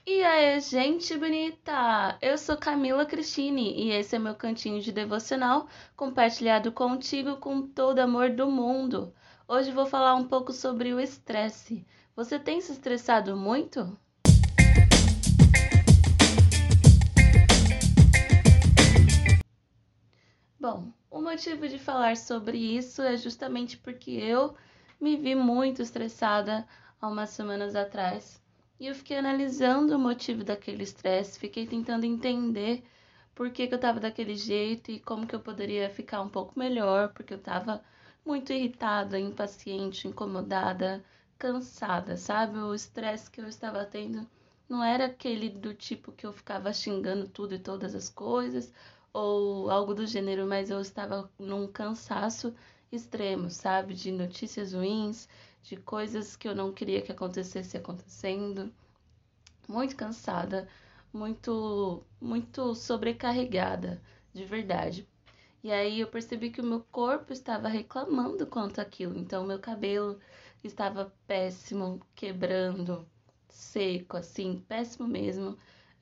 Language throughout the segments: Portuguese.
E aí, gente bonita! Eu sou Camila Cristine e esse é meu cantinho de devocional compartilhado contigo com todo amor do mundo. Hoje vou falar um pouco sobre o estresse. Você tem se estressado muito? Bom, o motivo de falar sobre isso é justamente porque eu me vi muito estressada há umas semanas atrás e eu fiquei analisando o motivo daquele estresse, fiquei tentando entender por que eu tava daquele jeito e como que eu poderia ficar um pouco melhor, porque eu tava muito irritada, impaciente, incomodada, cansada, sabe? O estresse que eu estava tendo não era aquele do tipo que eu ficava xingando tudo e todas as coisas ou algo do gênero, mas eu estava num cansaço extremo, sabe? De notícias ruins, de coisas que eu não queria que acontecesse acontecendo, muito cansada, muito sobrecarregada, de verdade. E aí eu percebi que o meu corpo estava reclamando quanto aquilo. Então meu cabelo estava péssimo, quebrando, seco, assim, péssimo mesmo.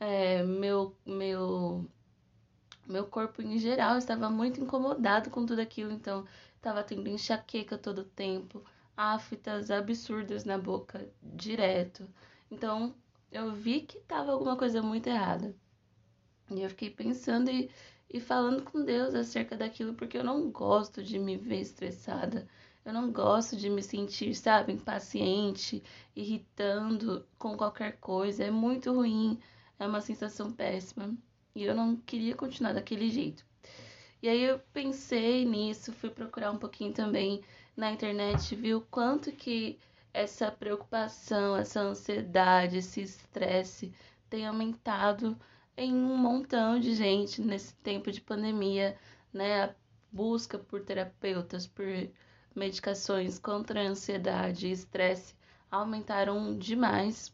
Meu corpo em geral estava muito incomodado com tudo aquilo, então estava tendo enxaqueca todo o tempo, aftas absurdas na boca direto. Então eu vi que estava alguma coisa muito errada. E eu fiquei pensando e falando com Deus acerca daquilo, porque eu não gosto de me ver estressada. Eu não gosto de me sentir, sabe, impaciente, irritando com qualquer coisa. É muito ruim, é uma sensação péssima. E eu não queria continuar daquele jeito. E aí eu pensei nisso, fui procurar um pouquinho também na internet, vi o quanto que essa preocupação, essa ansiedade, esse estresse tem aumentado em um montão de gente nesse tempo de pandemia, né? A busca por terapeutas, por medicações contra a ansiedade e estresse aumentaram demais.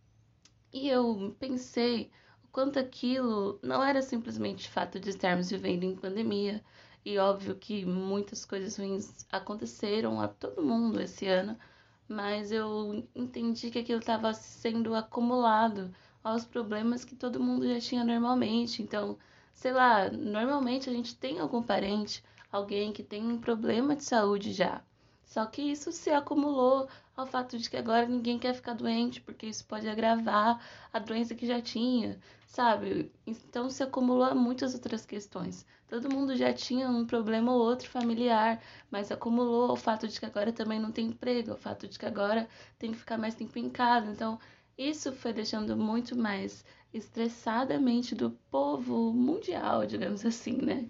E eu pensei o quanto aquilo não era simplesmente fato de estarmos vivendo em pandemia. E óbvio que muitas coisas ruins aconteceram a todo mundo esse ano, mas eu entendi que aquilo estava sendo acumulado aos problemas que todo mundo já tinha normalmente. Então, sei lá, normalmente a gente tem algum parente, alguém que tem um problema de saúde já. Só que isso se acumulou ao fato de que agora ninguém quer ficar doente, porque isso pode agravar a doença que já tinha, sabe? Então se acumulou a muitas outras questões. Todo mundo já tinha um problema ou outro familiar, mas acumulou o fato de que agora também não tem emprego, o fato de que agora tem que ficar mais tempo em casa. Então, isso foi deixando muito mais estressada a mente do povo mundial, digamos assim, né?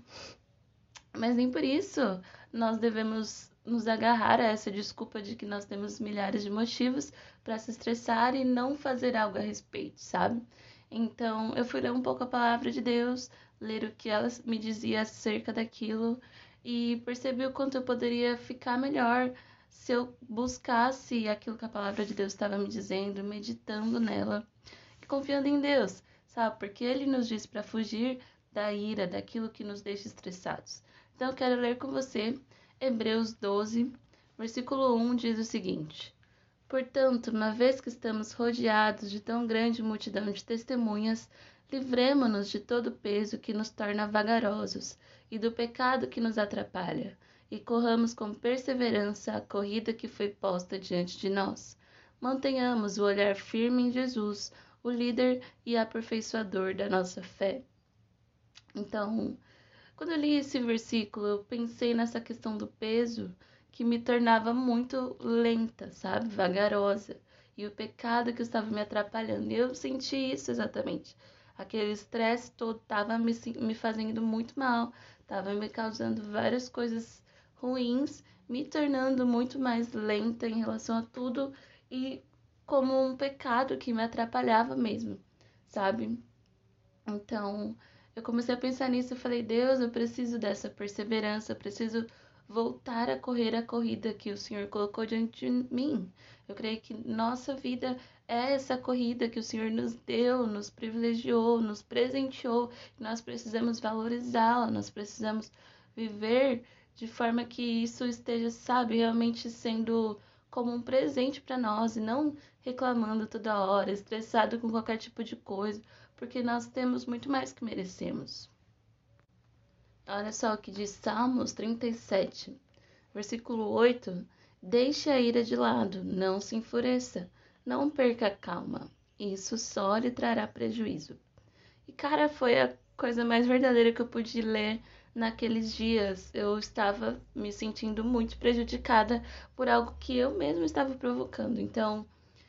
Mas nem por isso nós devemos nos agarrar a essa desculpa de que nós temos milhares de motivos para se estressar e não fazer algo a respeito, sabe? Então eu fui ler um pouco a palavra de Deus, ler o que ela me dizia acerca daquilo e percebi o quanto eu poderia ficar melhor se eu buscasse aquilo que a palavra de Deus estava me dizendo, meditando nela e confiando em Deus, sabe? Porque Ele nos diz para fugir da ira, daquilo que nos deixa estressados. Então eu quero ler com você Hebreus 12, versículo 1 diz o seguinte: Portanto, uma vez que estamos rodeados de tão grande multidão de testemunhas, livremo-nos de todo o peso que nos torna vagarosos e do pecado que nos atrapalha, e corramos com perseverança a corrida que foi posta diante de nós. Mantenhamos o olhar firme em Jesus, o líder e aperfeiçoador da nossa fé. Então, quando eu li esse versículo, eu pensei nessa questão do peso que me tornava muito lenta, sabe? Vagarosa. E o pecado que estava me atrapalhando. E eu senti isso exatamente. Aquele estresse todo estava me fazendo muito mal, estava me causando várias coisas ruins, me tornando muito mais lenta em relação a tudo e como um pecado que me atrapalhava mesmo, sabe? Então, eu comecei a pensar nisso e falei, Deus, eu preciso dessa perseverança, eu preciso voltar a correr a corrida que o Senhor colocou diante de mim. Eu creio que nossa vida é essa corrida que o Senhor nos deu, nos privilegiou, nos presenteou. Nós precisamos valorizá-la, nós precisamos viver de forma que isso esteja, sabe, realmente sendo como um presente para nós e não reclamando toda hora, estressado com qualquer tipo de coisa, porque nós temos muito mais que merecemos. Olha só o que diz Salmos 37, versículo 8: Deixe a ira de lado, não se enfureça, não perca a calma, isso só lhe trará prejuízo. E cara, foi a coisa mais verdadeira que eu pude ler naqueles dias. Eu estava me sentindo muito prejudicada por algo que eu mesma estava provocando. Então,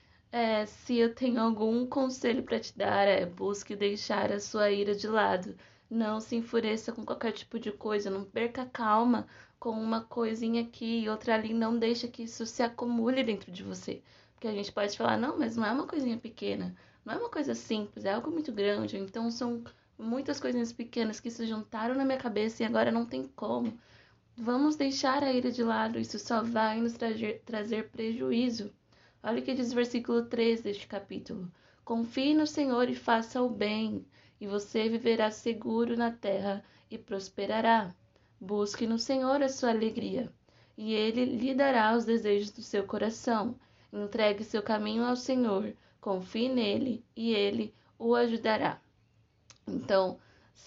se eu tenho algum conselho para te dar, busque deixar a sua ira de lado. Não se enfureça com qualquer tipo de coisa, não perca a calma com uma coisinha aqui e outra ali, não deixa que isso se acumule dentro de você. Porque a gente pode falar, não, mas não é uma coisinha pequena, não é uma coisa simples, é algo muito grande. Então são muitas coisinhas pequenas que se juntaram na minha cabeça e agora não tem como. Vamos deixar a ira de lado, isso só vai nos trazer prejuízo. Olha o que diz o versículo 3 deste capítulo. Confie no Senhor e faça o bem, e você viverá seguro na terra e prosperará. Busque no Senhor a sua alegria, e Ele lhe dará os desejos do seu coração. Entregue seu caminho ao Senhor, confie nele, e Ele o ajudará. Então,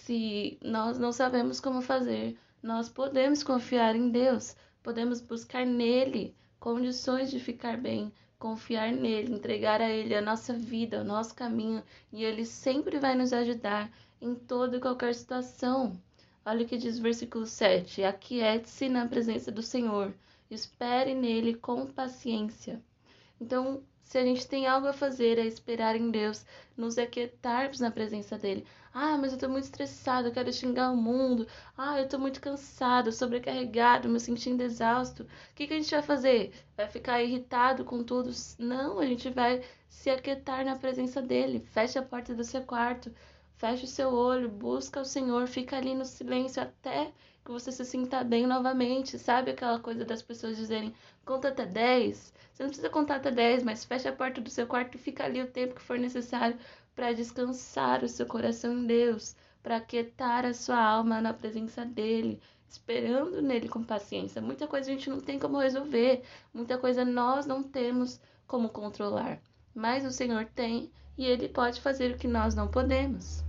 se nós não sabemos como fazer, nós podemos confiar em Deus, podemos buscar nele condições de ficar bem, confiar nele, entregar a ele a nossa vida, o nosso caminho, e ele sempre vai nos ajudar em toda e qualquer situação. Olha o que diz o versículo 7: Aquiete-se na presença do Senhor, espere nele com paciência. Então, se a gente tem algo a fazer, é esperar em Deus, nos aquietarmos na presença dele. Ah, mas eu tô muito estressado, eu quero xingar o mundo. Ah, eu tô muito cansado, sobrecarregado, me sentindo exausto. O que a gente vai fazer? Vai ficar irritado com tudo? Não, a gente vai se aquietar na presença dele. Fecha a porta do seu quarto, fecha o seu olho, busca o Senhor, fica ali no silêncio até que você se sinta bem novamente. Sabe aquela coisa das pessoas dizerem, conta até 10? Você não precisa contar até 10, mas fecha a porta do seu quarto e fica ali o tempo que for necessário para descansar o seu coração em Deus, para aquietar a sua alma na presença dele, esperando nele com paciência. Muita coisa a gente não tem como resolver, muita coisa nós não temos como controlar, mas o Senhor tem e ele pode fazer o que nós não podemos.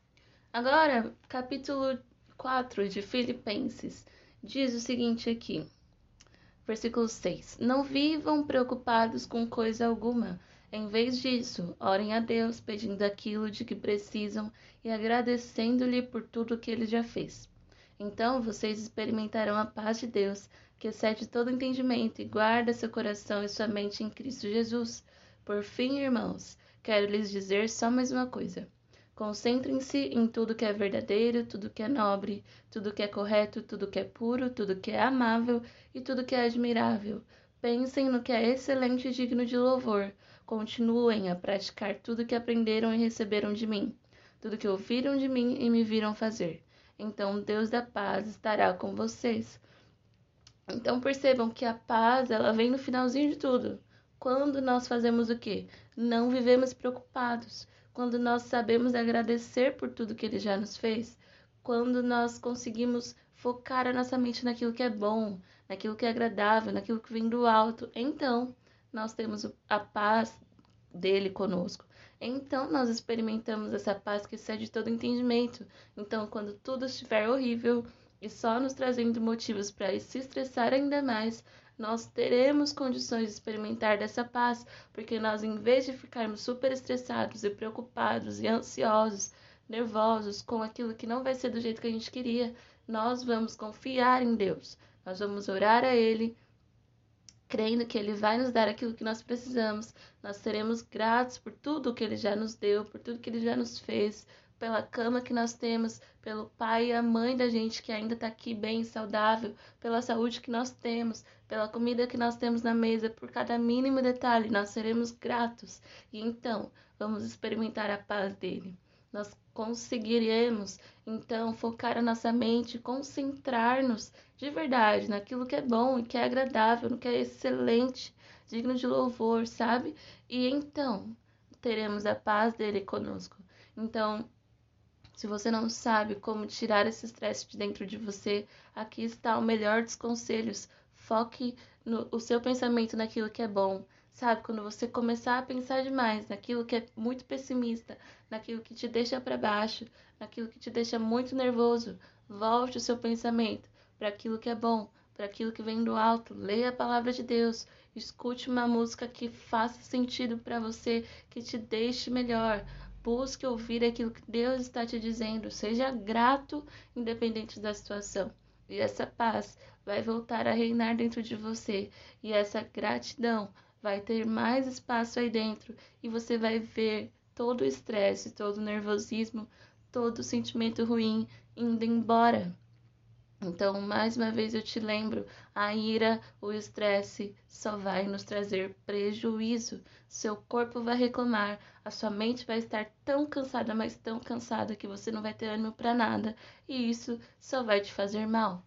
Agora, capítulo 4 de Filipenses diz o seguinte aqui. Versículo 6. Não vivam preocupados com coisa alguma. Em vez disso, orem a Deus, pedindo aquilo de que precisam e agradecendo-lhe por tudo que ele já fez. Então vocês experimentarão a paz de Deus, que excede todo entendimento, e guarda seu coração e sua mente em Cristo Jesus. Por fim, irmãos, quero lhes dizer só mais uma coisa. Concentrem-se em tudo que é verdadeiro, tudo que é nobre, tudo que é correto, tudo que é puro, tudo que é amável e tudo que é admirável. Pensem no que é excelente e digno de louvor. Continuem a praticar tudo que aprenderam e receberam de mim, tudo que ouviram de mim e me viram fazer. Então Deus da paz estará com vocês. Então percebam que a paz, ela vem no finalzinho de tudo. Quando nós fazemos o quê? Não vivemos preocupados. Quando nós sabemos agradecer por tudo que ele já nos fez. Quando nós conseguimos focar a nossa mente naquilo que é bom, naquilo que é agradável, naquilo que vem do alto. Então, nós temos a paz dele conosco. Então, nós experimentamos essa paz que excede todo entendimento. Então, quando tudo estiver horrível e só nos trazendo motivos para se estressar ainda mais, nós teremos condições de experimentar dessa paz, porque nós, em vez de ficarmos super estressados e preocupados e ansiosos, nervosos com aquilo que não vai ser do jeito que a gente queria, nós vamos confiar em Deus. Nós vamos orar a Ele, crendo que Ele vai nos dar aquilo que nós precisamos. Nós seremos gratos por tudo que Ele já nos deu, por tudo que Ele já nos fez, pela cama que nós temos, pelo pai e a mãe da gente que ainda está aqui bem, saudável, pela saúde que nós temos, pela comida que nós temos na mesa, por cada mínimo detalhe, nós seremos gratos. E então, vamos experimentar a paz dele. Nós conseguiremos, então, focar a nossa mente, concentrar-nos de verdade naquilo que é bom e que é agradável, no que é excelente, digno de louvor, sabe? E então, teremos a paz dele conosco. Então, se você não sabe como tirar esse estresse de dentro de você, aqui está o melhor dos conselhos. Foque o seu pensamento naquilo que é bom, sabe? Quando você começar a pensar demais naquilo que é muito pessimista, naquilo que te deixa para baixo, naquilo que te deixa muito nervoso, volte o seu pensamento para aquilo que é bom, para aquilo que vem do alto. Leia a palavra de Deus, escute uma música que faça sentido para você, que te deixe melhor. Busque ouvir aquilo que Deus está te dizendo. Seja grato, independente da situação. E essa paz vai voltar a reinar dentro de você. E essa gratidão vai ter mais espaço aí dentro. E você vai ver todo o estresse, todo o nervosismo, todo o sentimento ruim indo embora. Então, mais uma vez eu te lembro, a ira, o estresse só vai nos trazer prejuízo. Seu corpo vai reclamar, a sua mente vai estar tão cansada, mas tão cansada que você não vai ter ânimo para nada, e isso só vai te fazer mal.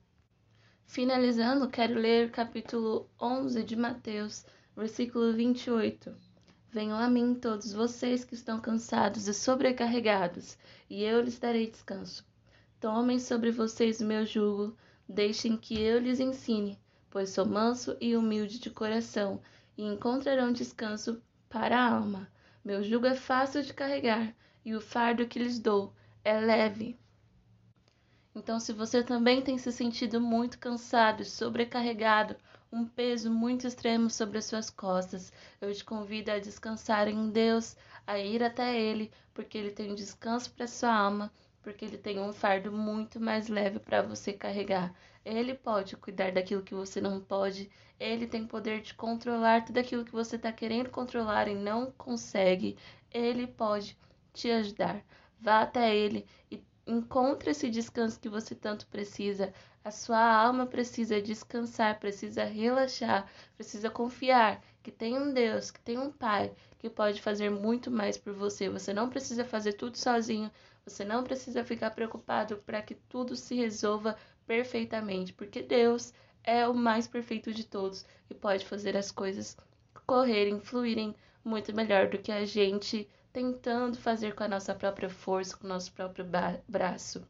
Finalizando, quero ler o capítulo 11 de Mateus, versículo 28. Venham a mim todos vocês que estão cansados e sobrecarregados, e eu lhes darei descanso. Tomem sobre vocês o meu jugo, deixem que eu lhes ensine, pois sou manso e humilde de coração, e encontrarão descanso para a alma. Meu jugo é fácil de carregar, e o fardo que lhes dou é leve. Então, se você também tem se sentido muito cansado e sobrecarregado, um peso muito extremo sobre as suas costas, eu te convido a descansar em Deus, a ir até Ele, porque Ele tem um descanso para sua alma, porque Ele tem um fardo muito mais leve para você carregar. Ele pode cuidar daquilo que você não pode, Ele tem poder de controlar tudo aquilo que você está querendo controlar e não consegue. Ele pode te ajudar. Vá até Ele e encontre esse descanso que você tanto precisa. A sua alma precisa descansar, precisa relaxar, precisa confiar que tem um Deus, que tem um Pai que pode fazer muito mais por você. Você não precisa fazer tudo sozinho, você não precisa ficar preocupado para que tudo se resolva perfeitamente, porque Deus é o mais perfeito de todos e pode fazer as coisas correrem, fluírem muito melhor do que a gente tentando fazer com a nossa própria força, com o nosso próprio braço.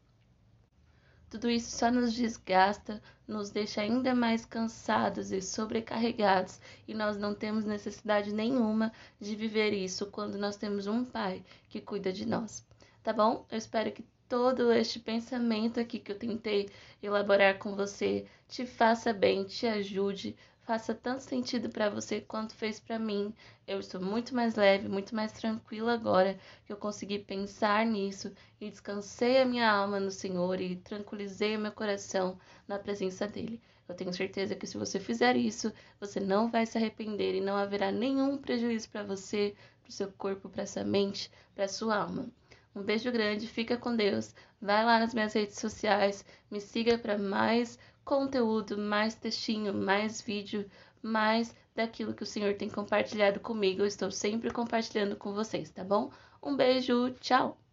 Tudo isso só nos desgasta, nos deixa ainda mais cansados e sobrecarregados, e nós não temos necessidade nenhuma de viver isso quando nós temos um Pai que cuida de nós. Tá bom? Eu espero que todo este pensamento aqui que eu tentei elaborar com você te faça bem, te ajude, faça tanto sentido para você quanto fez para mim. Eu estou muito mais leve, muito mais tranquila agora que eu consegui pensar nisso e descansei a minha alma no Senhor e tranquilizei o meu coração na presença dele. Eu tenho certeza que se você fizer isso, você não vai se arrepender e não haverá nenhum prejuízo para você, para o seu corpo, para sua mente, para sua alma. Um beijo grande, fica com Deus. Vai lá nas minhas redes sociais, me siga para mais conteúdo, mais textinho, mais vídeo, mais daquilo que o Senhor tem compartilhado comigo. Eu estou sempre compartilhando com vocês, tá bom? Um beijo, tchau!